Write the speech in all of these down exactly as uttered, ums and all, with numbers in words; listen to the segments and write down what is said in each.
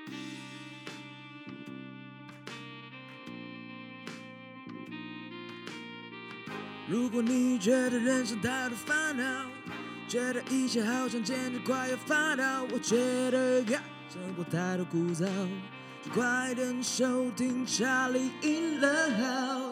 如果你觉得人生太多烦恼，觉得一切好像简直快要发抖，我觉得呀，生活太多枯燥，就快点收听《Charlie in the House》。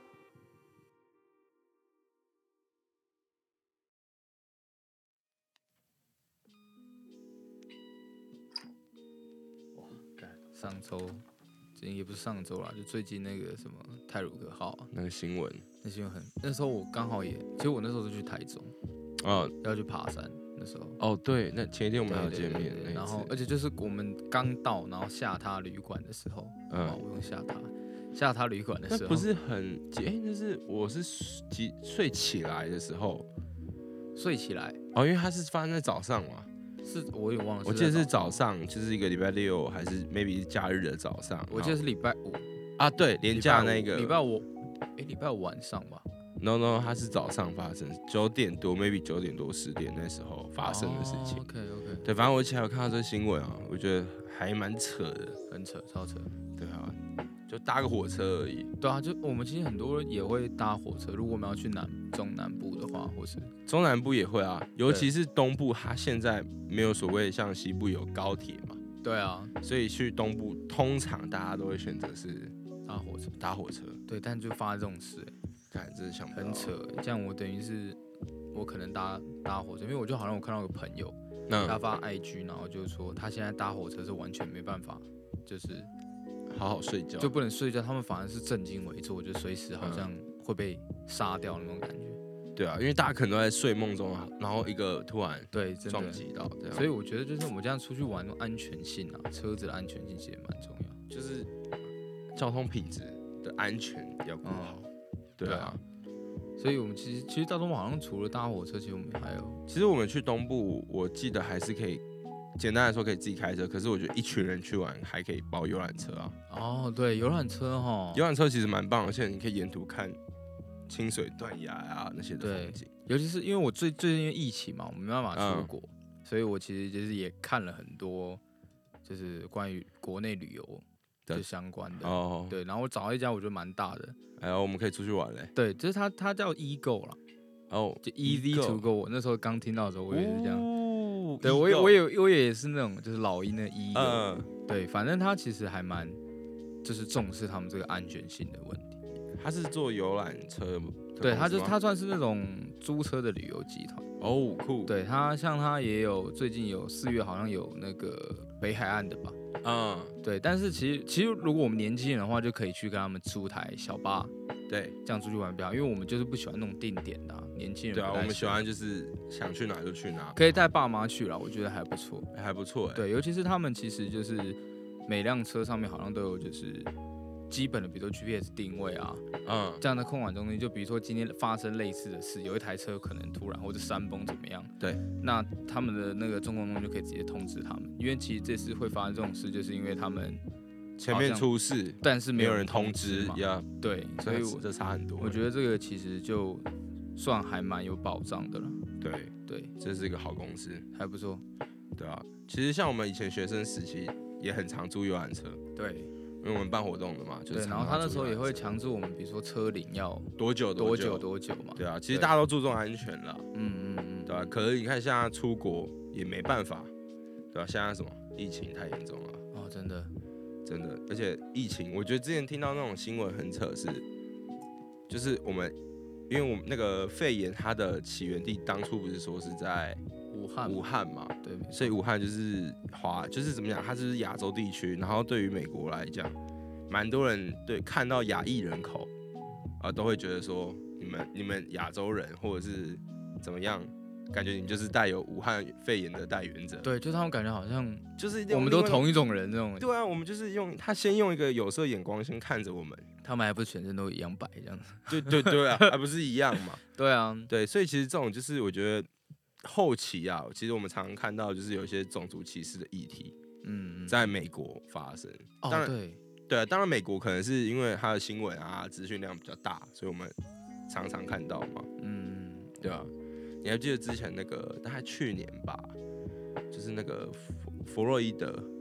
哇，干！上周，也不是上周啦，就最近那个什么太鲁阁号、啊、 那个新闻， 那新闻很，那时候我刚好也，其实我那时候是去台中，哦，要去爬山。那时候哦，对，那前一天我们还有见面， 对对对对，然后而且就是我们刚到，然后下榻旅馆的时候，嗯，哦、我用下榻下榻旅馆的时候， 那不是很，哎、欸，那是我是几睡起来的时候， 睡起来， 哦，因为它是发生在早上嘛， 是我也忘了， 我记得是早上，就是一个礼拜六还是 maybe 是假日的早上， 我记得是礼拜五啊，对，连假那个礼拜五，哎、欸，礼拜五晚上吧。 No No， 它是早上发生，九点多 ，maybe 九点多十点那时候发生的事情。 Oh, OK OK。 对，反正我起来有看到这个新闻啊，我觉得还蛮扯的， 很扯，超扯。 对啊，就搭个火车而已。 对啊，就我们其实很多人也会搭火车，如果我们要去南中南部的话，或是中南部也会啊，尤其是东部，它现在没有所谓像西部有高铁嘛。 对啊， 所以去东部通常大家都会选择是搭火车， 搭火车。 对，但就发生这种事、欸。 看，真是想不到， 很扯。这样我等于是我可能搭搭火车，因为我就好像我看到有个朋友， 嗯、 他发 I G， 然后就说他现在搭火车是完全没办法，就是好好睡觉， 就不能睡觉。他们反而是正襟危坐，就随时好像会被杀掉那种感觉。 对啊，因为大家可能都在睡梦中啊，然后一个突然对撞击到，这样。 所以我觉得就是我们这样出去玩，安全性啊，车子的安全性其实蛮重要， 就是交通品质的安全要顾好。嗯、对啊。对啊， 所以我们其实其实到东部好像除了搭火车，其实我们还有， 其实我们去东部，我记得还是可以，简单来说可以自己开车，可是我觉得一群人去玩还可以包游览车啊。 哦，对，游览车哈， 游览车其实蛮棒的，而且你可以沿途看清水断崖啊那些的风景。 尤其是因为我最最近因为疫情嘛，我没办法出国，嗯、所以我其实就是也看了很多，就是关于国内旅游就相关的。哦，对，然后我找到一家我觉得蛮大的。 哎呦，我们可以出去玩嘞！ 对，就是它，它叫 Ego 啦， 哦， 就 Easy to Go。我那时候刚听到的时候，我也是这样。 哦、 对，我也，我也，我也是那种就是老鹰的 Ego。 嗯， 对，反正它其实还蛮，就是重视他们这个安全性的问题。 它是做游览车， 对，它就它算是那种租车的旅游集团。 哦，酷。 对，它像它也有最近有四月好像有那个北海岸的吧。嗯，对，但是其实其实如果我们年轻人的话，就可以去跟他们租台小巴， 对， 这样出去玩比较好，因为我们就是不喜欢那种定点的、啊，年轻人对啊，我们喜欢就是想去哪就去哪， 可以带爸妈去啦，我觉得还不错， 欸、还不错哎、欸。 对，尤其是他们其实就是每辆车上面好像都有就是基本的，比如说 G P S 定位啊，嗯，这样的控管中心，就比如说今天发生类似的事，有一台车可能突然或者山崩怎么样， 对， 那他们的那个中控中心就可以直接通知他们，因为其实这次会发生这种事，就是因为他们前面出事， 但是没有人通知嘛，呀， 对，所以我这差很多。 我觉得这个其实就算还蛮有保障的了。 对对， 这是一个好公司， 还不错。 对啊，其实像我们以前学生时期也很常租游览车， 对。 因为我们办活动的嘛，就是对，然后他那时候也会强制我们，比如说车龄要多久多久多久嘛。 对啊，其实大家都注重安全了， 嗯嗯嗯， 对吧、啊？可是你看现在出国也没办法，对吧、啊？现在什么疫情太严重了， 哦，真的真的，而且疫情，我觉得之前听到那种新闻很扯是，就是我们因为我们那个肺炎它的起源地当初不是说是在武汉， 武汉嘛， 对， 所以武汉就是华，就是怎么讲，它就是亚洲地区，然后对于美国来讲，蛮多人对看到亚裔人口啊、呃，都会觉得说你们你们亚洲人或者是怎么样，感觉你就是带有武汉肺炎的带源者。 对，就是他们感觉好像就是我们都同一种人那种。 对啊，我们就是用他先用一个有色眼光先看着我们， 他们还不是全身都一样白这样子。 对对对啊，还不是一样嘛？ 对啊， 对，所以其实这种就是我觉得后期啊，其实我们常常看到就是有一些种族歧视的议题，嗯，在美国发生。 哦， 当然对。 对啊，当然美国可能是因为它的新闻啊资讯量比较大，所以我们常常看到嘛。嗯，对啊。你还记得之前那个大概去年吧，就是那个弗弗洛伊德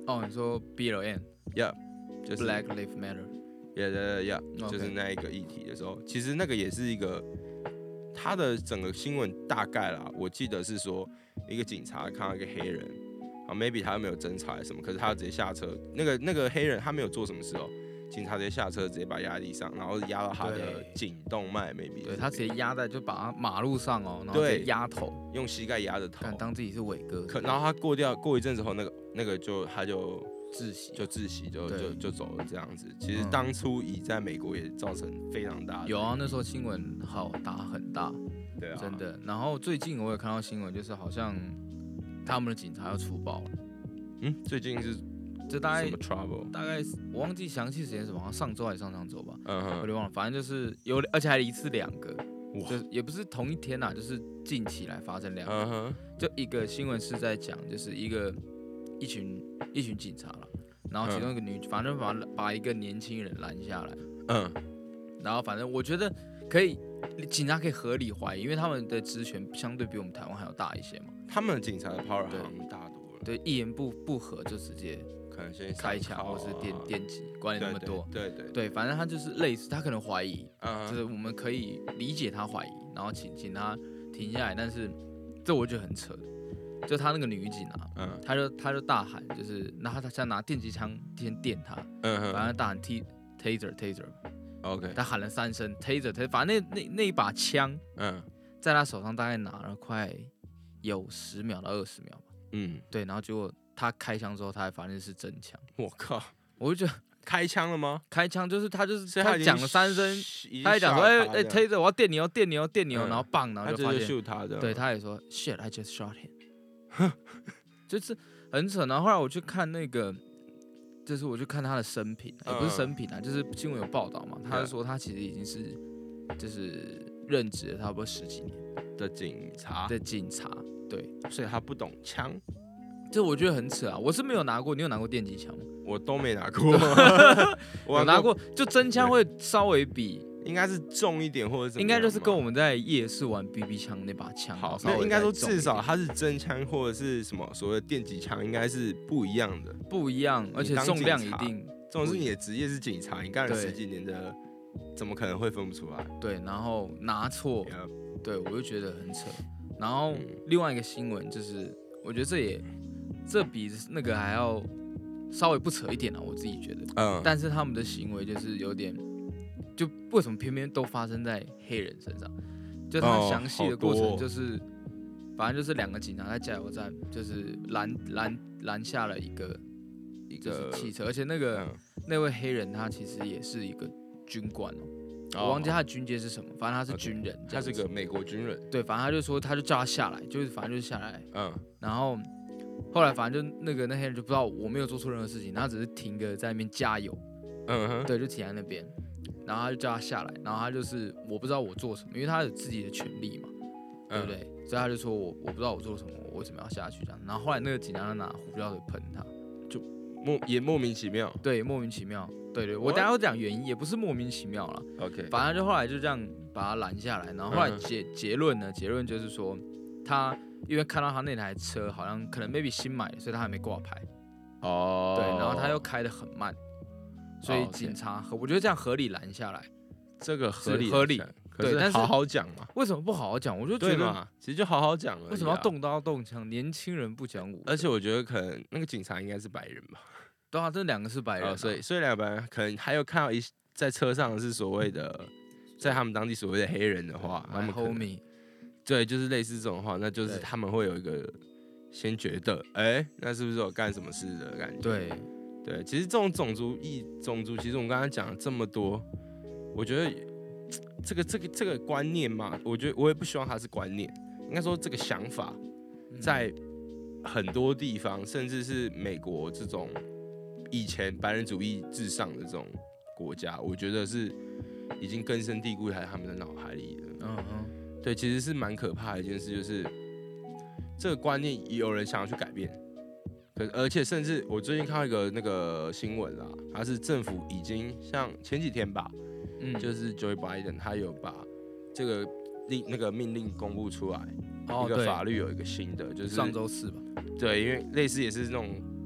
哦，你说 B L M，Yeah， 就是 Black Lives Matter，Yeah Yeah Yeah Yeah， 就是那一个议题的时候，其实那个也是一个，他的整个新闻大概啦，我记得是说一个警察看到一个黑人，啊 maybe 他没有侦查还是什么，可是他直接下车，那个那个黑人他没有做什么事哦。警察直接下车，直接把他压在地上，然后压到他的颈动脉 ，maybe。对， 他直接压在就把他马路上哦，然后直接压头， 用膝盖压着头， 当自己是伟哥。 可然后他过掉过一阵子后，那个那个就他就窒息， 就窒息，就就就走了这样子。其实当初以在美国也造成非常大的。 有啊，那时候新闻好大很大， 对啊， 真的。然后最近我有看到新闻，就是好像他们的警察要出包了。 嗯，最近是。 这大概什么 trouble？ 大概我忘记详细时间是什么，好像上周还是上上周吧， 嗯哼， 我有点忘了。反正就是有，而且还一次两个，就也不是同一天呐，就是近期来发生两个。 嗯哼， 就一个新闻是在讲，就是一个一群一群警察了，然后其中一个女，反正把把一个年轻人拦下来，嗯，然后反正我觉得可以，警察可以合理怀疑，因为他们的职权相对比我们台湾还要大一些嘛。 他们的警察的 power 好像大多了。 对，一言不不合就直接。 可能先开枪或是电电击，管你那么多， 对 对 对, 对，反正他就是类似，他可能怀疑， 嗯、 就是我们可以理解他怀疑，然后请请他停下来，但是这我觉得很扯的，就他那个女警啊，嗯，他就他就大喊，就是然后他想拿电击枪先电他， 嗯哼， 反正大喊 T taser taser，OK， 他喊了三声 taser taser， 反正那那那一把枪，嗯，在他手上大概拿了快有十秒到二十秒吧，嗯，对，然后结果。他开枪之后，他还发现是真枪。 我靠！ 我就觉得开枪了吗？ 开枪就是他就是他讲了三声，他还讲说哎哎 ，Taser 我要电你哦，电你哦，电你哦，然后棒，然后就发现他的， 对，他也说 shit I just shot him， 就是很扯。然后后来我去看那个，就是我去看他的生平，也不是生平啊，就是新闻有报道嘛，他就说他其实已经是就是任职了差不多十几年的警察的警察，对， 所以他不懂枪。 这我觉得很扯啊！我是没有拿过，你有拿过电击枪吗？ 我都没拿过， 我拿过，就真枪会稍微比， 应该是重一点或者怎么样， 应该就是跟我们在夜市玩 B B 枪那把枪， 好，那应该说至少它是真枪或者是什么所谓的电击枪，应该是不一样的， 不一样，而且重量一定。 这种是你的职业是警察，你干了十几年的，怎么可能会分不出来？ 对，然后拿错，对我就觉得很扯。然后另外一个新闻就是，我觉得这也。这比那个还要稍微不扯一点啊，我自己觉得。嗯。但是他们的行为就是有点，就为什么偏偏都发生在黑人身上？就他详细的过程就是，哦、反正就是两个警察在加油站，就是拦拦拦下了一个一个汽车，而且那个、嗯、那位黑人他其实也是一个军官哦。哦我忘记他的军阶是什么，反正他是军人， okay, 他是个美国军人。 对，反正他就说，他就叫他下来，就是反正就是下来。嗯。然后。后来反正就那个那些人就不知道我没有做错任何事情，他只是停个在那边加油，嗯哼，对，就停在那边，然后他就叫他下来，然后他就是我不知道我做什么，因为他有自己的权利嘛，嗯、对不对？所以他就说我我不知道我做什么，我为什么要下去这样？然后后来那个警察就拿胡椒水喷他， 就莫也莫名其妙， 对，莫名其妙，对对，我等一下会讲原因，也不是莫名其妙啦 ，OK， 反正就后来就这样把他拦下来，然后后来结、嗯、结论呢，结论就是说他。因为看到他那台车好像可能 maybe 新买的，所以他还没挂牌。哦。对，然后他又开得很慢，所以警察和、哦 okay、我觉得这样合理拦下来， 这个合理合理。对，但是好好讲嘛。 为什么不好好讲？我就觉得嘛，其实就好好讲了、啊。 为什么要动刀动枪？年轻人不讲武。 而且我觉得可能那个警察应该是白人吧。 对啊，这两个是白人、啊哦，所以所以两个白人可能还有看到一在车上是所谓的，在他们当地所谓的黑人的话，他们可能。对，就是类似这种话，那就是他们会有一个先觉得，哎、欸，那是不是有干什么事的感觉？ 对， 对，其实这种种族异种族，其实我们刚才讲了这么多，我觉得这个这个这个观念嘛，我觉得我也不希望它是观念，应该说这个想法，在很多地方，甚至是美国这种以前白人主义至上的这种国家，我觉得是已经根深蒂固在他们的脑海里了。嗯嗯。对，其实是蛮可怕的一件事，就是这个观念有人想要去改变，可而且甚至我最近看到一个那个新闻啦，它是政府已经像前几天吧，嗯，就是 Joe Biden 他有把这个令那个命令公布出来，哦、一个法律有一个新的，就是上周四吧， 对，因为类似也是那种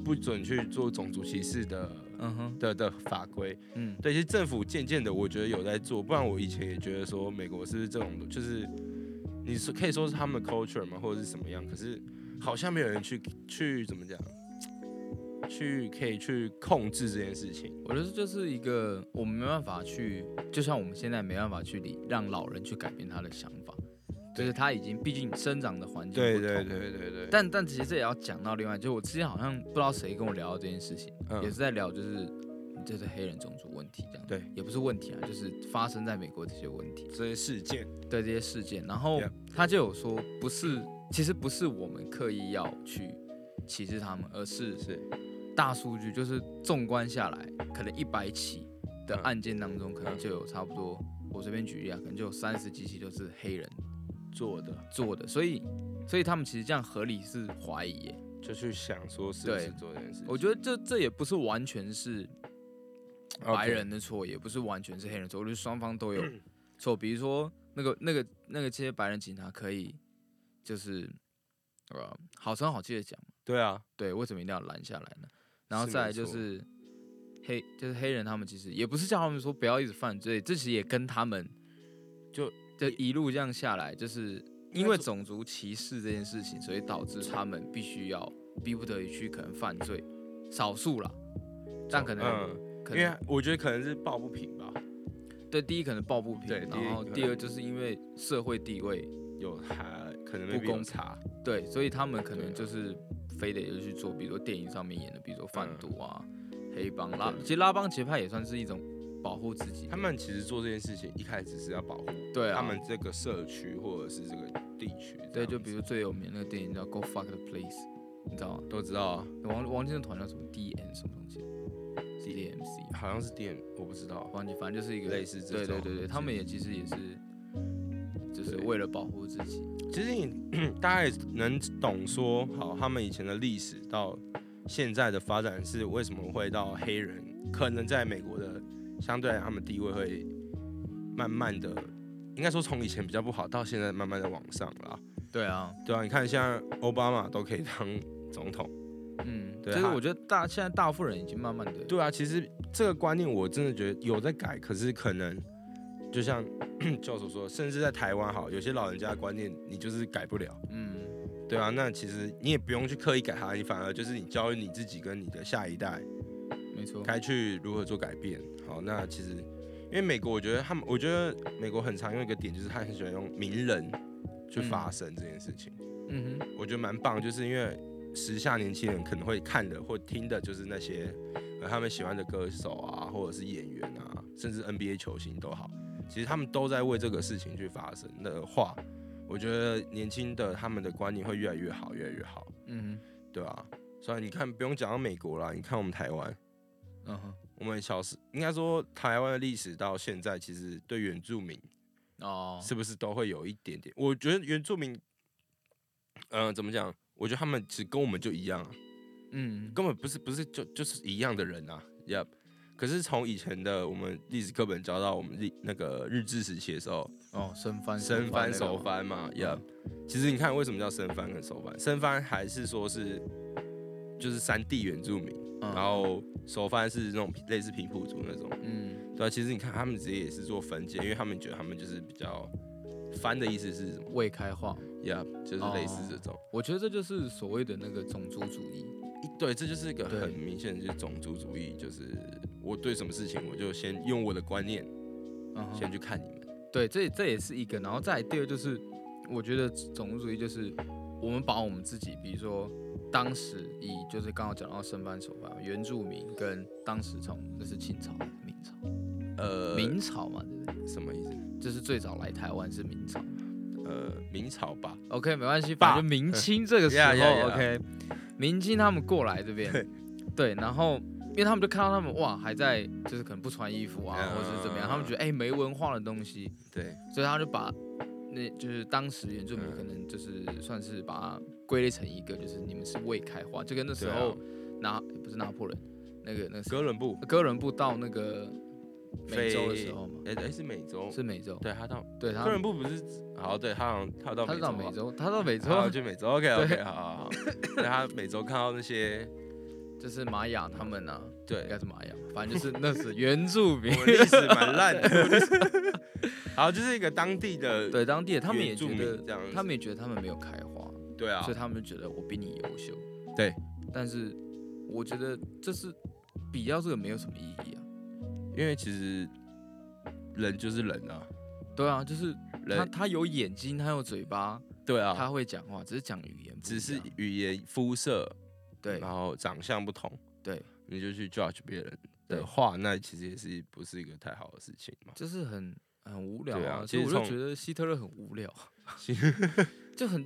不准去做种族歧视的，嗯哼的的法规， 嗯， 对，其实政府渐渐的我觉得有在做，不然我以前也觉得说美国是不是这种就是你是可以说是他们的 culture 嘛，或者是什么样，可是好像没有人去去怎么讲，去可以去控制这件事情。 我觉得就是一个我们没办法去，就像我们现在没办法去理让老人去改变他的想法。就是他已经，毕竟生长的环境不同， 对对对对对。 但但其实这也要讲到另外，就我之前好像不知道谁跟我聊到这件事情，嗯、也是在聊就是就是黑人种族问题这样。 对， 也不是问题啊，就是发生在美国这些问题， 这些事件， 对这些事件。然后 yeah. 他就有说，不是，其实不是我们刻意要去歧视他们，而是是大数据，就是纵观下来，可能一百起的案件当中，可能就有差不多，我随便举例啊，可能就有三十几起都是黑人。 做的做的，所以所以他们其实这样合理是怀疑耶， 就去想说是不是做这件事情。 我觉得这这也不是完全是白人的错， okay. 也不是完全是黑人的错，我觉得双方都有错。比如说那个那个那个这些白人警察可以就是呃好声好气的讲， 对啊， 对，为什么一定要拦下来呢？然后再来就是黑就是黑人他们其实也不是叫他们说不要一直犯罪，这其实也跟他们就。就一路这样下来，就是因为种族歧视这件事情，所以导致他们必须要逼不得已去可能犯罪，少数啦，但可能， 嗯，可能因为我觉得可能是抱不平吧。 对，第一可能抱不平， 对， 然后第二就是因为社会地位有还可能不公差，对，所以他们可能就是非得就去做，比如说电影上面演的，比如说贩毒啊、嗯、黑帮拉，其实拉帮结派也算是一种。保护自己， 他们其实做这件事情一开始是要保护对、啊、 他们这个社区或者是这个地区。 对，就比如最有名那个电影叫《Go Fuck the Police》，你知道吗？ 都知道啊。 王王金的团叫什么 D N 什么东西 ？D M C 好像是 D M， 我不知道， 忘记，反正就是一个类似这种。 对对对对，他们也其实也是，就是为了保护自己。 其实你大概能懂说，好，他们以前的历史到现在的发展是为什么会到黑人可能在美国的。相对来他们地位会慢慢的，应该说从以前比较不好，到现在慢慢的往上啦。 对啊， 对啊，你看像奥巴马都可以当总统， 嗯，对，其实我觉得大现在大部分人已经慢慢的， 对啊，其实这个观念我真的觉得有在改，可是可能就像教授说，甚至在台湾好，有些老人家的观念你就是改不了，嗯，对啊，那其实你也不用去刻意改它，你反而就是你教育你自己跟你的下一代。 没错， 该去如何做改变？好，那其实因为美国，我觉得他们，我觉得美国很常用一个点，就是他很喜欢用名人去发声这件事情。嗯哼，我觉得蛮棒，就是因为时下年轻人可能会看的或听的，就是那些呃他们喜欢的歌手啊，或者是演员啊，甚至 N B A 球星都好，其实他们都在为这个事情去发声的话，我觉得年轻的他们的观念会越来越好，越来越好。嗯哼，对啊，所以你看，不用讲到美国啦，你看我们台湾。嗯哼，我们小时应该说台湾的历史到现在，其实对原住民哦，是不是都会有一点点？我觉得原住民，嗯、呃，怎么讲？我觉得他们其实跟我们就一样啊，嗯，根本不是不是就就是一样的人啊 ，Yep。可是从以前的我们历史课本教到我们那个日治时期的时候， 哦，生番生番熟番嘛 ，Yep。其实你看为什么叫生番跟熟番？生番还是说是就是山地原住民。然后熟番是那种类似平埔族那种，嗯，对啊，其实你看他们直接也是做分界，因为他们觉得他们就是比较番的意思是什么？ 未开化， 呀、yeah, ，就是类似这种、哦。 我觉得这就是所谓的那个种族主义， 对，这就是一个很明显的就是种族主义，就是我对什么事情我就先用我的观念，嗯、先去看你们。 对，这这也是一个，然后再来第二就是，我觉得种族主义就是我们把我们自己，比如说。当时以就是刚刚讲到生番熟番原住民跟当时从那是清朝明朝，呃明朝嘛对不对？ 什么意思？ 就是最早来台湾是明朝， 呃明朝吧。 OK 没关系，反正明清这个时候 yeah, yeah, yeah. OK， 明清他们过来这边，对，然后因为他们就看到他们哇还在就是可能不穿衣服啊， uh, 或者是怎么样，他们觉得哎、欸、没文化的东西， 对， 所以他就把。那就是当时原住民可能就是算是把它归类成一个，就是你们是未开化，就跟那时候拿不是拿破仑那个那个哥伦布， 哥伦布到那个美洲的时候嘛， 哎哎是美洲， 是美洲， 对他到对他哥伦布不是好对他好像他到他到美洲，他到美洲， 他去美洲 OK OK 好好好，对他美洲看到那些就是玛雅他们啊， 对， 应该是玛雅，反正就是那是原住民。 我们历史蛮烂的。然后就是一个当地的， 对当地的，他们也觉得这样， 他们也觉得他们没有开花， 对啊， 所以他们就觉得我比你优秀。 对， 但是我觉得这是比较这个没有什么意义啊， 因为其实人就是人啊。 对啊，就是他他有眼睛，他有嘴巴， 对啊， 他会讲话，只是讲语言， 只是语言肤色， 对， 然后长相不同， 对， 你就去 judge 别人的话，那其实也是不是一个太好的事情嘛？ 就是很很无聊啊， 啊所以我就觉得希特勒很无聊，就很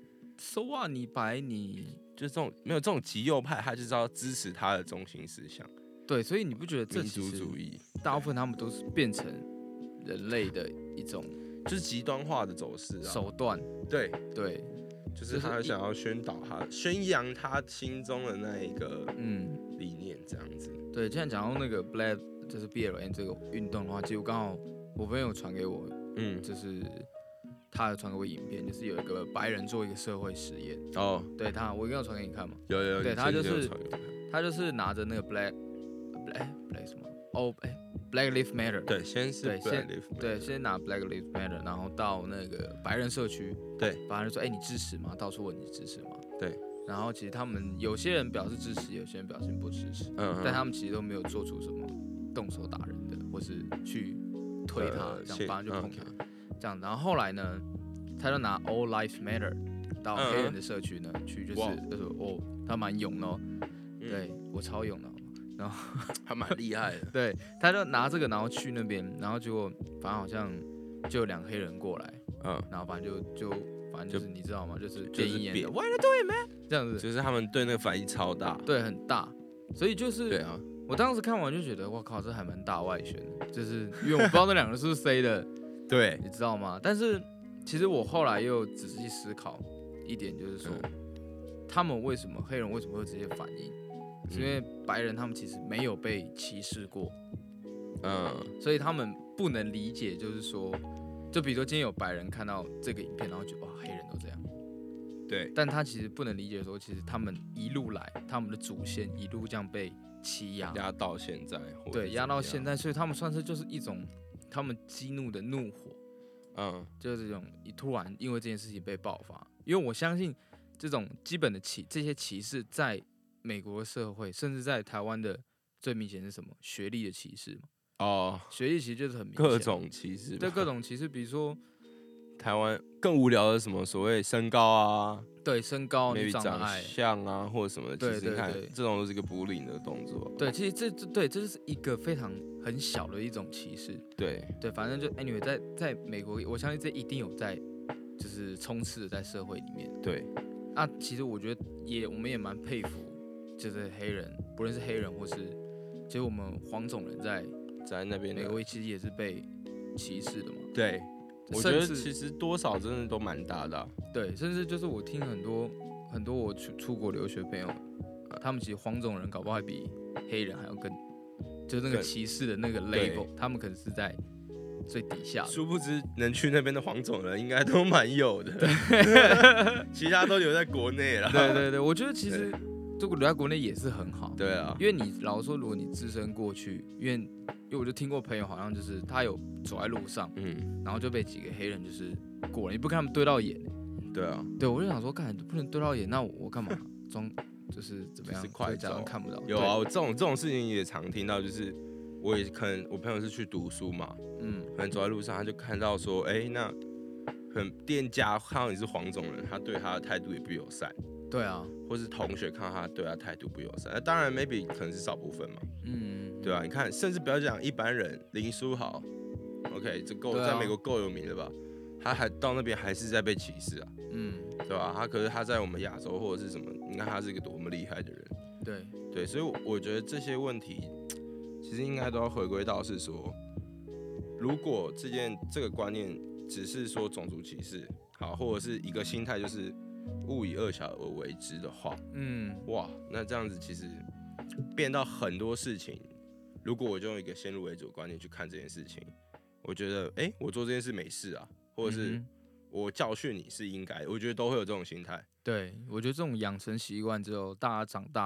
so what 你白你就这种没有这种极右派，他就是要支持他的中心思想， 对，所以你不觉得这民族主义大部分他们都是变成人类的一种就是极端化的走势啊手段， 对对， 就是他想要宣导他宣扬他心中的那一个嗯理念这样子。 对，现在讲到那个 Black 就是 B L M 这个运动的话，其实我刚好我朋友传给我，嗯，就是他有传给我影片，就是有一个白人做一个社会实验哦，对他，我应该有传给你看嘛？ 有有， 对他就是他就是拿着那个 Black Black Black 什么哦哎 Black Lives Matter， 对，先是 Black Lives Matter， 对，先拿 Black Lives Matter， 然后到那个白人社区， 对， 白人说哎、欸、你支持吗？到处问你支持吗？ 对。 然后其实他们有些人表示支持，有些人表示不支持，嗯，但他们其实都没有做出什么动手打人的，或是去推他，呃、这样反正就碰他，嗯，这样。然后后来呢，他就拿 All Lives Matter 到黑人的社区呢，嗯，去就是就是哦，他蛮勇的，哦，嗯，对我超勇的，然后他蛮厉害的， 对，他就拿这个然后去那边，然后结果反正好像就有两个黑人过来，嗯，然后反正就就。反正就是你知道吗？就是变一眼的 ，Why you doing man？ 这样子， 就是他们对那个反应超大， 对，很大，所以就是对啊， 我当时看完就觉得，哇靠，这还蛮大外宣的，就是因为我不知道那两个是不是 C 的， 对， 你知道吗？但是其实我后来又仔细思考一点，就是说，嗯，他们为什么黑人为什么会有这些反应？是因为白人他们其实没有被歧视过，嗯，所以他们不能理解，就是说。就比如说今天有白人看到这个影片，然后觉得哇黑人都这样， 对， 但他其实不能理解说，其实他们一路来，他们的祖先一路这样被欺压， 压到现在， 对，压到现在，所以他们算是就是一种他们激怒的怒火，嗯，就是这种突然因为这件事情被爆发，因为我相信这种基本的歧这些歧视在美国的社会，甚至在台湾的最明显是什么？学历的歧视嘛。哦，学历其实就是很明显， 各种歧视， 对各种歧视，比如说台湾更无聊的什么所谓身高啊， 对身高、 你长相啊或者什么的， 对其实你看这种都是一个补领的动作。 对，其实这这对这是一个非常很小的一种歧视。 对对，反正就 anyway， 在在美国，我相信这一定有在就是充斥在社会里面。 对， 那其实我觉得也我们也蛮佩服，就是黑人，不论是黑人或是其实我们黄种人在。 在那边， 美国其实也是被歧视的嘛。 对，我觉得其实多少真的都蛮大的，啊。 对，甚至就是我听很多很多我出出国留学朋友，他们其实黄种人搞不好还比黑人还要更，就是那个歧视的那个 label， 他们可能是在最底下。 殊不知能去那边的黄种人应该都蛮有的，其他都留在国内了。 对对对，我觉得其实。如果留在国内也是很好， 对啊， 因为你老实说，如果你只身过去，因为因为我就听过朋友好像就是他有走在路上，嗯，然后就被几个黑人就是过了，你不跟他们对到眼， 对啊， 对我就想说，干不能对到眼，那我我干嘛装就是怎么样， 就是快照看不到？ 有啊，我这种这种事情也常听到，就是我也可能我朋友是去读书嘛，嗯，可能走在路上他就看到说，哎、欸，那可能店家看到你是黄种人，他对他的态度也不友善。 对啊， 或是同学看到他对他态度不友善，那当然 maybe 可能是少部分嘛，嗯，对啊，你看，甚至不要讲一般人，林书豪 ，OK， 这够、啊、在美国够有名了吧？他还到那边还是在被歧视啊，嗯，对吧？他可是他在我们亚洲或者是什么，你看他是一个多么厉害的人， 对对，所以我觉得这些问题其实应该都要回归到是说，如果这件这个观念只是说种族歧视，好，或者是一个心态就是。勿以恶小而为之的话，嗯，哇，那这样子其实变到很多事情。如果我就用一个先入为主的观念去看这件事情，我觉得，哎、欸，我做这件事没事啊，或者是我教训你是应该，我觉得都会有这种心态。 对，我觉得这种养成习惯之后，大家长大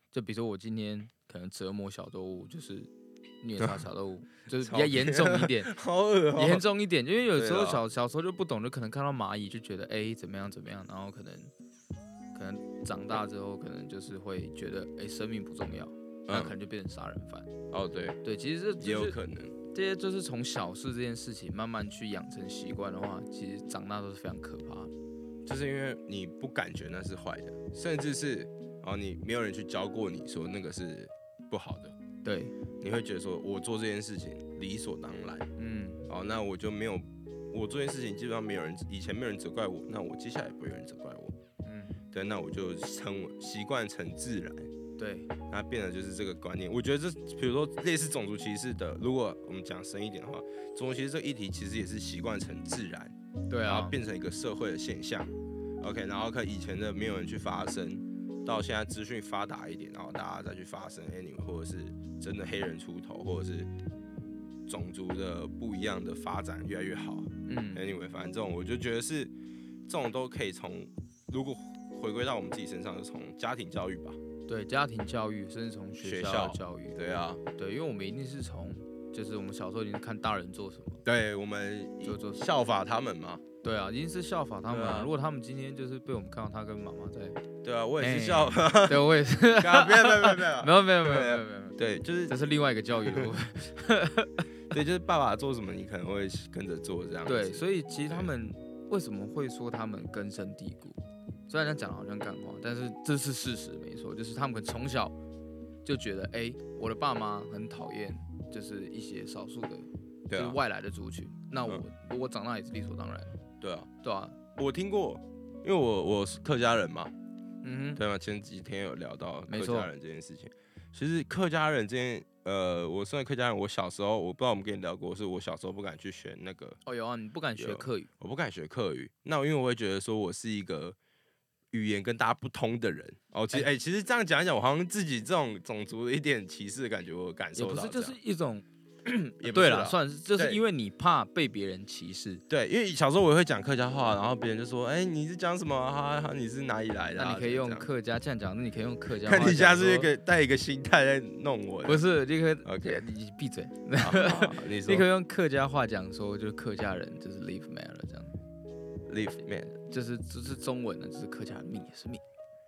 就比如说我今天可能折磨小动物，就是虐杀小动物，就是比较严重一点， 好恶哦， 严重一点，因为有时候小小时候就不懂，就可能看到蚂蚁就觉得哎、欸、怎么样怎么样，然后可能可能长大之后可能就是会觉得哎、欸、生命不重要，那可能就变成杀人犯。 哦，对对，其实这、就是、 也有可能， 这些就是从小事这件事情慢慢去养成习惯的话，其实长大都是非常可怕的。 就是因为你不感觉那是坏的，甚至是哦你没有人去教过你说那个是不好的， 对， 你会觉得说我做这件事情理所当然，嗯，哦那我就没有我做这件事情基本上没有人以前没有人责怪我，那我接下来也不会有人责怪我，嗯，对，那我就成习惯成自然。 对， 那变得就是这个观念。我觉得这，比如说类似种族歧视的，如果我们讲深一点的话，种族歧视这个议题其实也是习惯成自然， 对啊， 然后变成一个社会的现象。OK， 然后可以前的没有人去发声，到现在资讯发达一点，然后大家再去发声 ，anyway， 或者是真的黑人出头，或者是种族的不一样的发展越来越好。嗯 ，anyway， 反正这种我就觉得是这种都可以从，如果回归到我们自己身上，就从家庭教育吧。 对，家庭教育，甚至从学校的教育。 对啊， 对，因为我们一定是从，就是我们小时候一定是看大人做什么， 对，我们就做效法他们嘛。 对啊，一定是效法他们啊。啊如果他们今天就是被我们看到他跟妈妈在， 对啊，我也是效， 欸、对我也是。 没有没有没有没有没有没有没有没有没有， 对，就是这是另外一个教育的部分。 对，就是爸爸做什么，你可能会跟着做这样子。 对，所以其实他们为什么会说他们根深蒂固？虽然这样讲好像干话，但是这是事实，没错，就是他们可能从小就觉得，哎、欸，我的爸妈很讨厌，就是一些少数的，就是外来的族群。那我、嗯、我长大也是理所当然。 对啊， 对啊， 我听过，因为我我是客家人嘛， 嗯哼， 对吗？前几天有聊到客家人这件事情。其实客家人这件，呃，我身为客家人，我小时候我不知道我们跟你聊过，是我小时候不敢去学那个。 哦，有啊，你不敢学客语？ 我不敢学客语。那因为我会觉得说我是一个语言跟大家不通的人。哦，其实哎、欸欸，其实这样讲一讲，我好像自己这种种族的一点歧视的感觉，我感受到。 也不是，就是一种。 也对了，算是就是因为你怕被别人歧视。 对，因为小时候我也会讲客家话，然后别人就说：“哎、欸，你是讲什么啊？你是哪里来的、啊？” 那你可以用客家这样讲，那你可以用客家话。 看你现在是一个带一个心态在弄我。 不是，你可以 OK， 你闭嘴。 你你可以用客家话讲说，就是客家人就是 live matter 这样。 live matter 就是就是中文的，就是客家命也是命。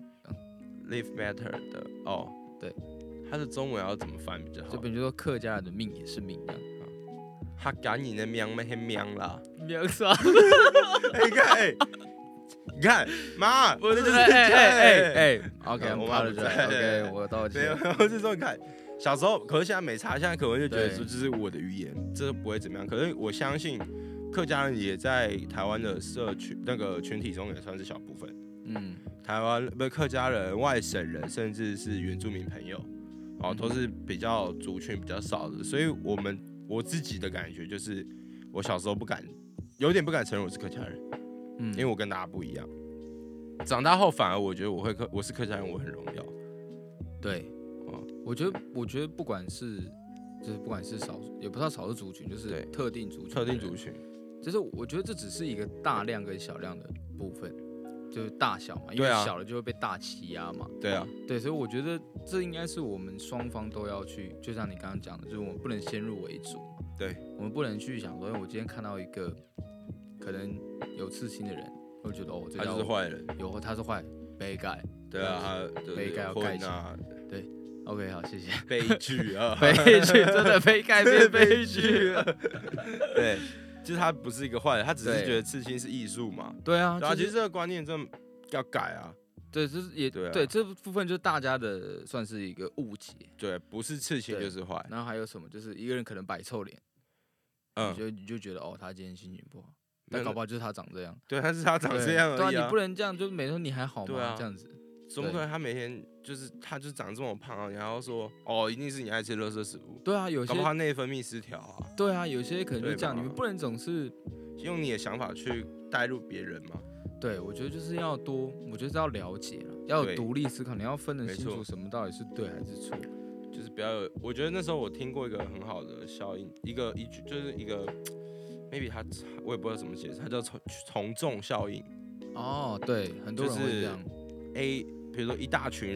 live matter 的哦， 对。 它的中文要怎么翻比较好？ 就比如说客家人的命也是命这样。 他赶你的命没很命啦， 命啥？ 你看，哎，你看，妈， 不是， 哎哎哎哎 ，OK， 我妈的，OK， 我道歉。 没有，我是说，看，小时候，可是现在没差，现在可能就觉得说这是我的语言，这不会怎么样。可是我相信客家人也在台湾的社区那个群体中也算是小部分。嗯，台湾不是客家人、外省人，甚至是原住民朋友，哦，都是比较族群比较少的，所以我们。我自己的感觉就是，我小时候不敢，有点不敢承认我是客家人，嗯，因为我跟大家不一样。长大后反而我觉得我会客，我是客家人，我很荣耀。 对，哦，我觉得，我觉得不管是，就是不管是少数，也不知道少数族群，就是特定族群， 特定族群， 就是我觉得这只是一个大量跟小量的部分。就是大小嘛，因为小了就会被大欺压嘛。 对啊， 对，所以我觉得这应该是我们双方都要去，就像你刚刚讲的，就是我们不能先入为主。 对， 我们不能去想说，因为我今天看到一个可能有刺青的人，我觉得哦，这他就是坏人， 有他是坏杯盖。 对啊，他杯盖要盖起啊。 对 ，OK， 好，谢谢。 悲剧啊， 悲剧，真的杯盖变悲剧了。 对。就是他不是一个坏人，他只是觉得刺青是艺术嘛。 对啊， 对啊，其实这个观念真的要改啊。 对，就是也对、啊、对，这部分就是大家的算是一个误解。 对，不是刺青就是坏。 然后还有什么？就是一个人可能摆臭脸，嗯，你就你就觉得哦，他今天心情不好，但搞不好就是他长这样。 对，但是他长这样而已、啊。 对啊，你不能这样，就每天你还好吗？ 对啊， 这样子。 怎么可能？他每天就是他就长这么胖啊！你还要说哦，一定是你爱吃垃圾食物。 对啊，有些搞不好他内分泌失调啊。 对啊，有些可能就这样，你们不能总是用你的想法去带入别人嘛。 对，我觉得就是要多，我觉得是要了解了，要有独立思考，你要分得清楚什么到底是对还是错， 就是不要有。我觉得那时候我听过一个很好的效应，一个一句就是一个 ，maybe 他我也不知道怎么解释，它叫从从众效应。 哦，对，很多人会这样。 就是、A。比如说一大群人，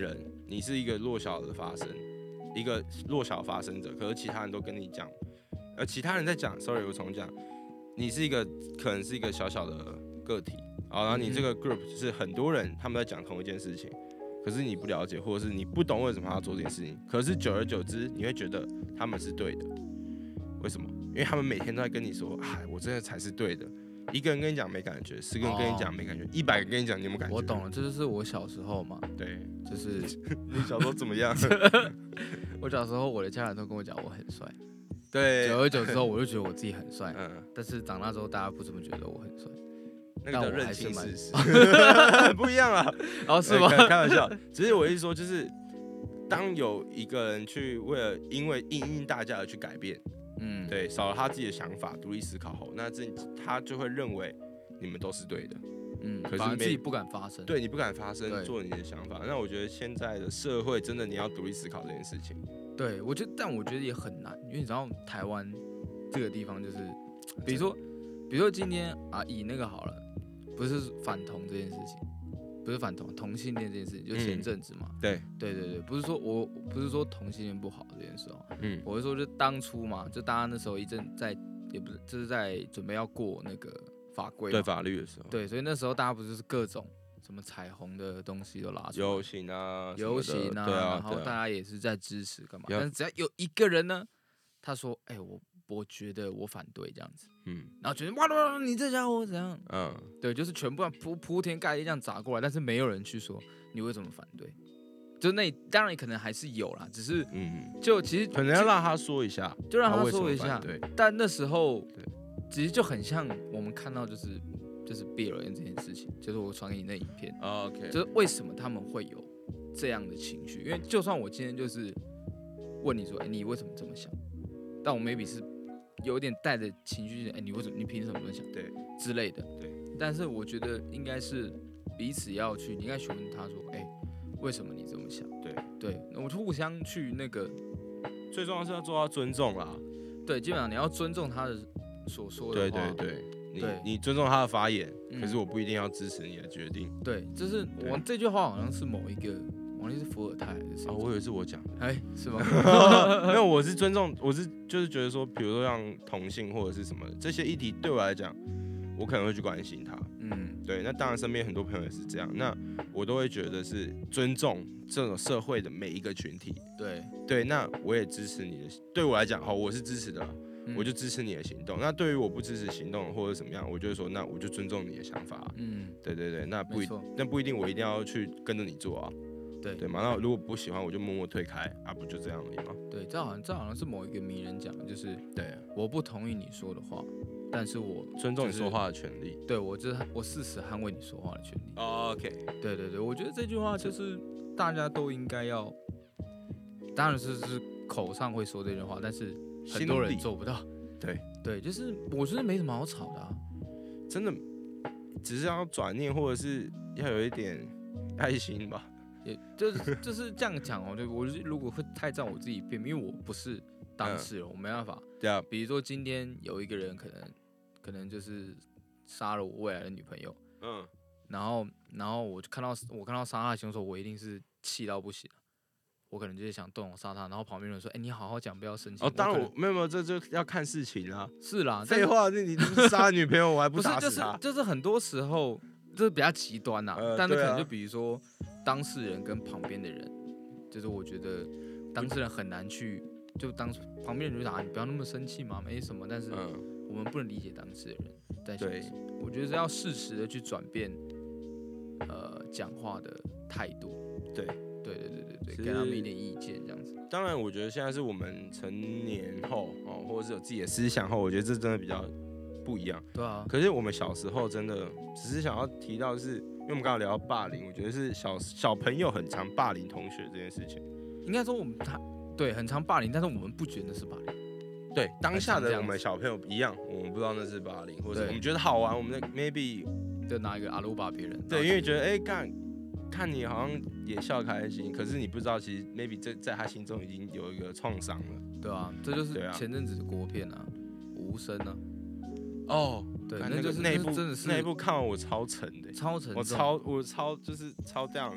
你是一个弱小的发声，一个弱小发声者，可是其他人都跟你讲，而其他人在讲 ，sorry， 我重讲，你是一个可能是一个小小的个体，然后你这个 group 就是很多人他们在讲同一件事情，可是你不了解，或者是你不懂为什么他要做这件事情，可是久而久之，你会觉得他们是对的，为什么？因为他们每天都在跟你说，哎，我真的才是对的。一个人跟你讲没感觉，十个人跟你讲没感觉，一百个跟你讲你有没有感觉？ 我懂了，这就是我小时候嘛。 对， 就是你小时候怎么样？ 我小时候我的家人都跟我讲我很帅， 对， 久而久之后我就觉得我自己很帅， 嗯， 但是长大之后大家不这么觉得我很帅， 那个叫认清事实，不一样啊。 哦，是吗？ 开玩笑，只是我意思说，就是当有一个人去为了因为因应大家而去改变。嗯，对，少了他自己的想法，独立思考后，那这他就会认为你们都是对的， 嗯，可是自己不敢发声， 对你不敢发声，做你的想法。那我觉得现在的社会真的你要独立思考这件事情。 对，我觉得，但我觉得也很难，因为你知道台湾这个地方就是，比如说，比如说今天啊，以那个好了，不是反同这件事情。不是反同同性恋这件事情，就前阵子嘛。 嗯、对对对对，不是说我不是说同性恋不好这件事哦、喔， 嗯， 我是说就当初嘛，就大家那时候一阵在，也不是就是在准备要过那个法规， 对法律的时候， 对，所以那时候大家不是各种什么彩虹的东西都拉出来， 游行啊， 游行啊， 对啊， 然后大家也是在支持干嘛？但是只要有一个人呢，他说，哎、欸，我我觉得我反对这样子。嗯，然后觉得哇哇，你这家伙怎样？嗯，对，就是全部铺铺天盖地这样砸过来，但是没有人去说你为什么反对。就那当然可能还是有啦，只是嗯，就其实可能要让他说一下， 就让他说一下。 对， 但那时候其实就很像我们看到就是就是 B L M 这件事情，就是我传给你那影片。 Oh, OK， 就是为什么他们会有这样的情绪？因为就算我今天就是问你说，哎、欸，你为什么这么想？但我 maybe 是。有点带着情绪，哎、欸，你为什么？你凭什么这么想？ 对， 之类的。 对， 但是我觉得应该是彼此要去，你应该询问他说，哎、欸，为什么你这么想？ 对， 对，我们互相去那个， 最重要是要做到尊重啦。 对，基本上你要尊重他的所说的话。 对对对，你对你尊重他的发言、嗯，可是我不一定要支持你的决定。 对，就是我这句话好像是某一个。忘记是伏尔泰还是谁？ 哦，我以为是我讲的。 哎、欸，是吗？ 没有，我是尊重，我是就是觉得说，比如说像同性或者是什么这些议题，对我来讲，我可能会去关心他。嗯，对。那当然，身边很多朋友也是这样。那我都会觉得是尊重这种社会的每一个群体。 对对，那我也支持你的。对我来讲，好，我是支持的，嗯、我就支持你的行动。那对于我不支持行动或者怎么样，我就会说，那我就尊重你的想法。嗯，对对对，那不一那不一定我一定要去跟着你做啊。 对对嘛，那如果不喜欢，我就默默退开啊，不就这样而已吗？ 对，这好像这好像是某一个名人讲的，就是对， 我不同意你说的话，但是我、就是、 尊重你说话的权利。 对，我就是我誓死捍卫你说话的权利。 Oh, OK， 对对对，我觉得这句话就是大家都应该要，当然是是口上会说这句话，但是很多人做不到。 对对，就是我觉得没什么好吵的啊， 真的，只是要转念，或者是要有一点爱心吧。 也就是就是这样讲哦，对，我如果会太占我自己便，因为我不是当事人，嗯、我没办法。 对啊， 比如说今天有一个人可能可能就是杀了我未来的女朋友，嗯，然后然后我就看到我看到杀他的凶手，我一定是气到不行，我可能就是想动手杀他，然后旁边人说，哎、欸，你好好讲，不要生气。 哦，当然我没有没有，这就要看事情啦。 是啦， 废话，那你杀女朋友，我还不打死他。 不是，就是就是很多时候。就是比较极端呐、啊呃，但是可能就比如说当事人跟旁边的人，就是我觉得当事人很难去，就当旁边人就讲、啊、你不要那么生气嘛，没什么，但是我们不能理解当事人在想什么。我觉得是要适时的去转变，呃，讲话的态度。 对， 对对对对对，给他们一点意见这样子。 当然，我觉得现在是我们成年后哦，或者是有自己的思想后，我觉得这真的比较。不一样， 对啊。 可是我们小时候真的只是想要提到是，因为我们刚刚聊到霸凌，我觉得是小小朋友很常霸凌同学这件事情。 应该说我们他对很常霸凌，但是我们不觉得那是霸凌。 对，当下的我们小朋友一样，我们不知道那是霸凌，或者我们觉得好玩，我们 maybe 就拿一个阿鲁巴别人。 对，因为觉得哎干、欸，看你好像也笑开心，可是你不知道其实 maybe 在在他心中已经有一个创伤了。 对啊，这就是前阵子的国片啊，无声啊。 哦， 对，那就是那一部， 真的是那一部看完我超沉的， 超沉， 我超我超就是超 down 的。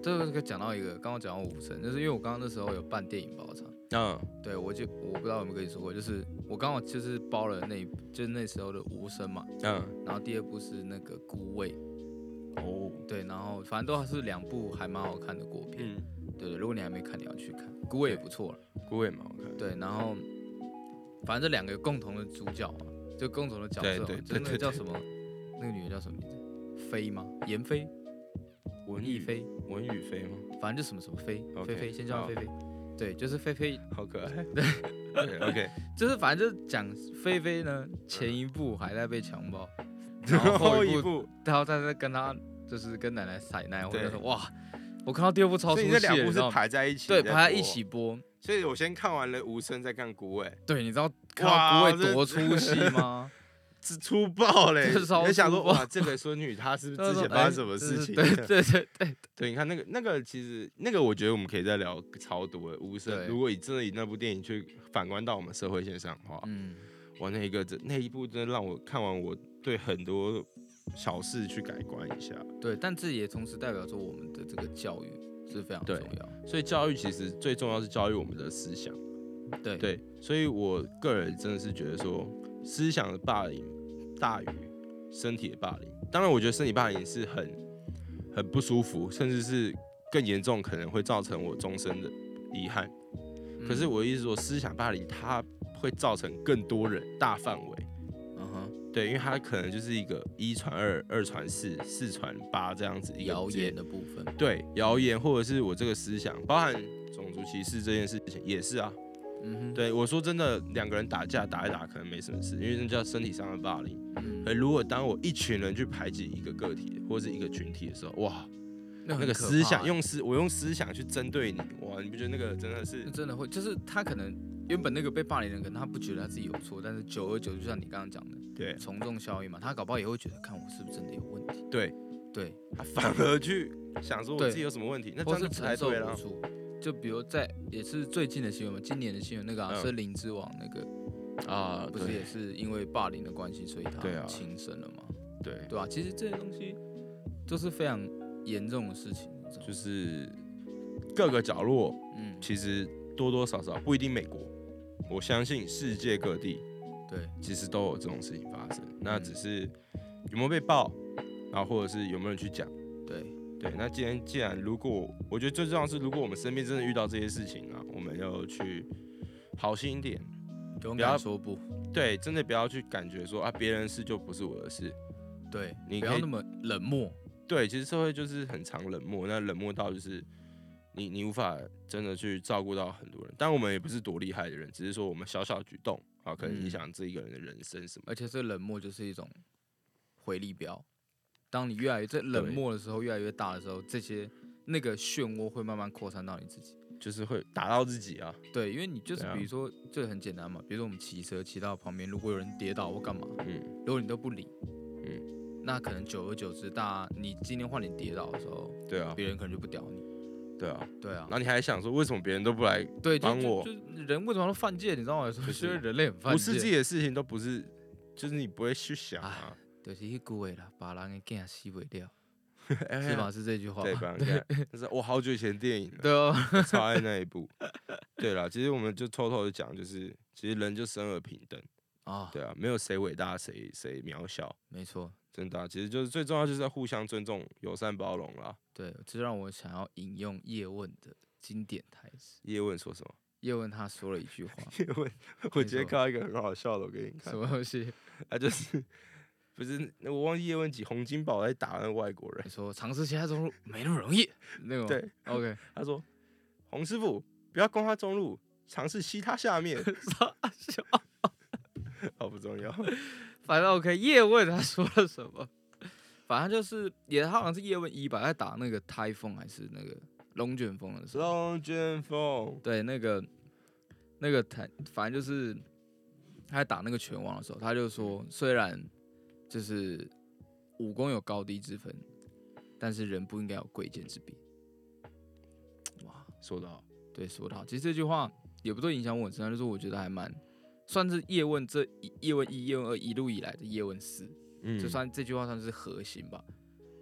这个讲到一个，刚刚讲到武生，就是因为我刚刚那时候有办电影包场，嗯，对我就我不知道有没有跟你说过，就是我刚好就是包了那就是那时候的无声嘛，嗯，然后第二部是那个孤味，哦，对，然后反正都是两部还蛮好看的国片，嗯，对对，如果你还没看，你要去看，孤味也不错了， 孤味蛮好看， 对，然后反正这两个有共同的主角嘛，就共同的角色， 对对， 就是那个叫什么，那个女的叫什么名字？飞吗？闫飞。文艺飞， 文宇飞吗？ 反正就什么什么飞，菲菲，先叫她菲菲。对，就是菲菲， 好可爱。 对 ，OK， 就是反正就是讲菲菲呢，前一部还在被强暴，然后后一部，然后在在跟他就是跟奶奶采奶，我就说哇，我看到第二部超出戏， 所以这两部是排在一起， 对，排在一起播。 所以我先看完了无声，再看孤味。 对，你知道看到孤味多出戏吗？ 是粗暴嘞！你想说哇，这个孙女她是不是之前发生什么事情？ 对对对对对，你看那个那个，其实那个我觉得我们可以再聊超多的无声。如果以真的以那部电影去反观到我们社会现象的话，嗯，哇，那一个那一部真的让我看完，我对很多小事去改观一下。 对，但这也同时代表说我们的这个教育是非常重要。 所以教育其实最重要是教育我们的思想。 对对，所以我个人真的是觉得说，思想的霸凌大于身体的霸凌。当然，我觉得身体霸凌是很很不舒服，甚至是更严重，可能会造成我终身的遗憾。嗯、可是我的意思说，思想霸凌它会造成更多人大范围。嗯哼，对，因为它可能就是一个一传二，二传四，四传八这样子一个谣言的部分。 对，谣言或者是我这个思想，包含种族歧视这件事情也是啊。嗯、对，我说真的，两个人打架打一打可能没什么事，因为那叫身体上的霸凌。嗯、而如果当我一群人去排挤一个个体或者是一个群体的时候，哇， 那, 那个思想用思我用思想去针对你，哇，你不觉得那个真的是？ 真的会，就是他可能原本那个被霸凌的人，可能他不觉得他自己有错，但是久而久之，就像你刚刚讲的， 对， 从众效应嘛，他搞不好也会觉得，看我是不是真的有问题？ 对， 对， 他反而去想说我自己有什么问题，那这样就不太对了。 就比如在也是最近的新闻嘛，今年的新闻那个啊，森林之王那个啊，不是也是因为霸凌的关系，所以他轻生了嘛？ 对对吧？其实这些东西都是非常严重的事情， 就是各个角落，嗯，其实多多少少不一定美国，我相信世界各地， 对， 其实都有这种事情发生。那只是有没有被爆，然后或者是有没有人去讲， 对。 对，那既然既然如果我觉得最重要的是，如果我们身边真的遇到这些事情啊，我们要去好心一点， 不要说不， 对，真的不要去感觉说啊别人的事就不是我的事， 对，你不要那么冷漠。 对，其实社会就是很常冷漠，那冷漠到就是你你无法真的去照顾到很多人。但我们也不是多厉害的人，只是说我们小小举动啊，可能影响这一个人的人生什么、 嗯。而且这冷漠就是一种回力镖。当你越来越在冷漠的时候，越来越大的时候，这些那个漩涡会慢慢扩散到你自己， 就是会打到自己啊。 对，因为你就是比如说，这很简单嘛，比如说我们骑车骑到旁边，如果有人跌倒或干嘛，嗯，如果你都不理，嗯，那可能久而久之，大家你今天换你跌倒的时候， 对啊， 别人可能就不屌你， 对啊， 对啊， 然后你还想说，为什么别人都不来帮我？ 对，就就就人为什么都犯贱？你知道吗？觉得人类很犯贱， 不是自己的事情都不是，就是你不会去想啊。 就是迄句话啦，把人的囝死不了，是吧？是这句话。 对吧？但是我好久以前的电影了， 对哦， 超爱那一部。对啦，其实我们就偷偷的讲，就是其实人就生而平等啊，对啊，没有谁伟大，谁谁渺小， 没错， 真的、啊，其实就是最重要就是要互相尊重、友善包容啦。 对，这让我想要引用叶问的经典台词。 叶问说什么？ 叶问他说了一句话。 叶问，我今天看到一个很好笑的，我给你看。 什么东西？ 啊，就是。不是，我忘记叶问几洪金宝在打那个外国人。 你说尝试其他中路没那么容易，那个对 ，OK。 他说：“洪师傅，不要攻他中路，尝试吸他下面。”好不重要。 反正 OK， 叶问他说了什么？反正就是也，他好像是叶问一吧，在打那个台风还是那个龙卷风的时候。 龙卷风。 对，那个那个台，反正就是他在打那个拳王的时候，他就说，虽然。就是武功有高低之分，但是人不应该有贵贱之别。 哇，说得好， 对，说得好。其实这句话也不对影响我身上，就是我觉得还蛮算是叶问这叶问一、叶问二一路以来的叶问四，嗯，就算这句话算是核心吧。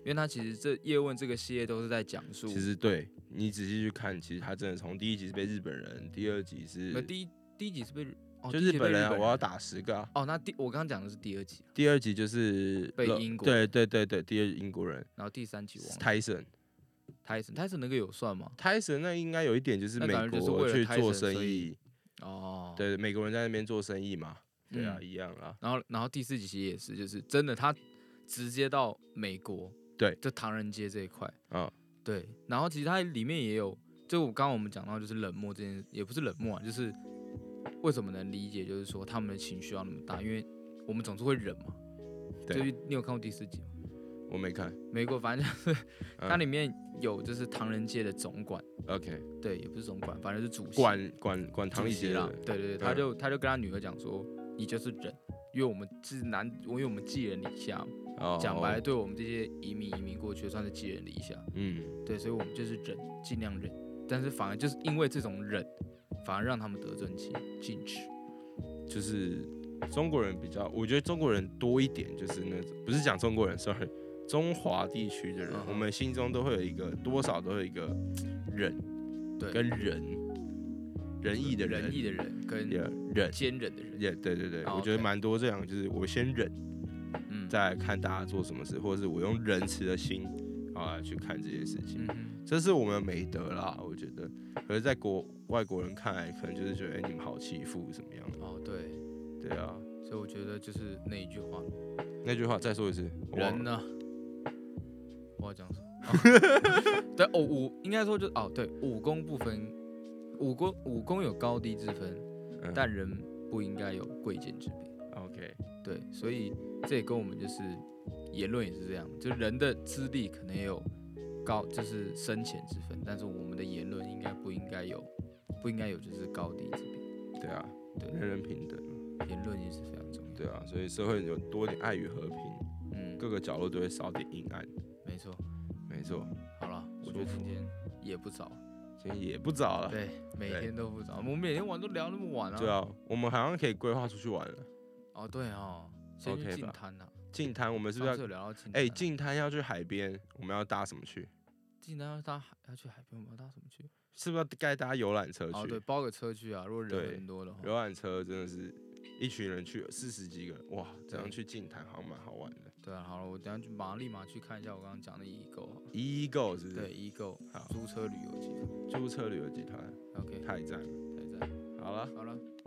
因为他其实这叶问这个系列都是在讲述， 其实对你仔细去看，其实他真的从第一集是被日本人，第二集是第一第一集是被哦、 就日本人、啊， 日本人我要打十个、啊。 哦，那第我刚刚讲的是第二集、啊， 第二集就是被英国对对对对，第二英国人， 然后第三集忘了 Tyson。 Tyson Tyson 那个有算吗 ？Tyson 那应该有一点就是美国去做生意哦， 对，美国人在那边做生意嘛，对啊，嗯、一样啊。 然后然后第四集其实也是，就是真的他直接到美国， 对， 就唐人街这一块， 啊、哦， 对，然后其实它里面也有，就我刚刚我们讲到就是冷漠这件，也不是冷漠啊，就是为什么能理解，就是说他们的情绪要那么大，因为我们总是会忍嘛。对，就你有看过第四集吗？ 我没看， 没过，反正就是它里面有就是唐人街的总管 ，OK， 对，也不是总管，反正是主席， 管管管唐人街啦，对对对，他就他就跟他女儿讲说，你就是忍，因为我们是男，因为我们寄人篱下，讲、oh. 白了，对我们这些移民移民过去算是寄人篱下，嗯，对，所以我们就是忍，尽量忍，但是反而就是因为这种忍，反而让他们得寸进尺， 就是中国人比较，我觉得中国人多一点，就是那种不是讲中国人 ，sorry。中华地区的人，嗯、我们心中都会有一个多少都会有一个忍， 对， 跟仁，仁义的人， 仁义的人跟忍， 坚忍的人， 也、yeah, 对对对， oh, 我觉得蛮多这样，就是我先忍，嗯，再来看大家做什么事，或者是我用仁慈的心，然后来去看这些事情，嗯、这是我们的美德啦，我觉得。可是，在国外国人看来，可能就是觉得，哎、欸，你们好欺负，怎么样？ 哦，对， 对啊， 所以我觉得就是那一句话， 那句话再说一次， 人呢？我要讲什么？哦、对哦，武应该说就哦，对，武功不分，武功武功有高低之分，嗯、但人不应该有贵贱之别。 OK， 对，所以这也跟我们就是言论也是这样，就人的资历可能也有高，就是深浅之分，但是我们的言论应该不应该有，不应该有就是高低之别。 对啊， 对， 人人平等， 言论也是非常重要。 对啊，所以社会有多点爱与和平，嗯，各个角落都会少点阴暗。 没错， 没错。 好了，我觉得今天也不早， 今天也不早了。 对，每天都不早。我们每天晚都聊那么晚啊。 对啊，我们好像可以规划出去玩了。 哦，对哦，先去净滩啊。 净滩，我们是不是要聊到净滩？ 哎，净滩要去海边，我们要搭什么去？ 净滩要搭要去海边，我们要搭什么去？ 是不是该搭游览车去？ 哦，对，包个车去啊。如果人很多的话， 游览车真的是一群人去，四十几个，哇，这样去净滩好像蛮好玩的。 对啊，好了，我等下去马上立马去看一下我刚刚讲的 Ego。Ego 是不是？ 对 ，Ego， 租车旅游集团。 租车旅游集团 ，OK， 太赞了， 太赞。 好了， 好了。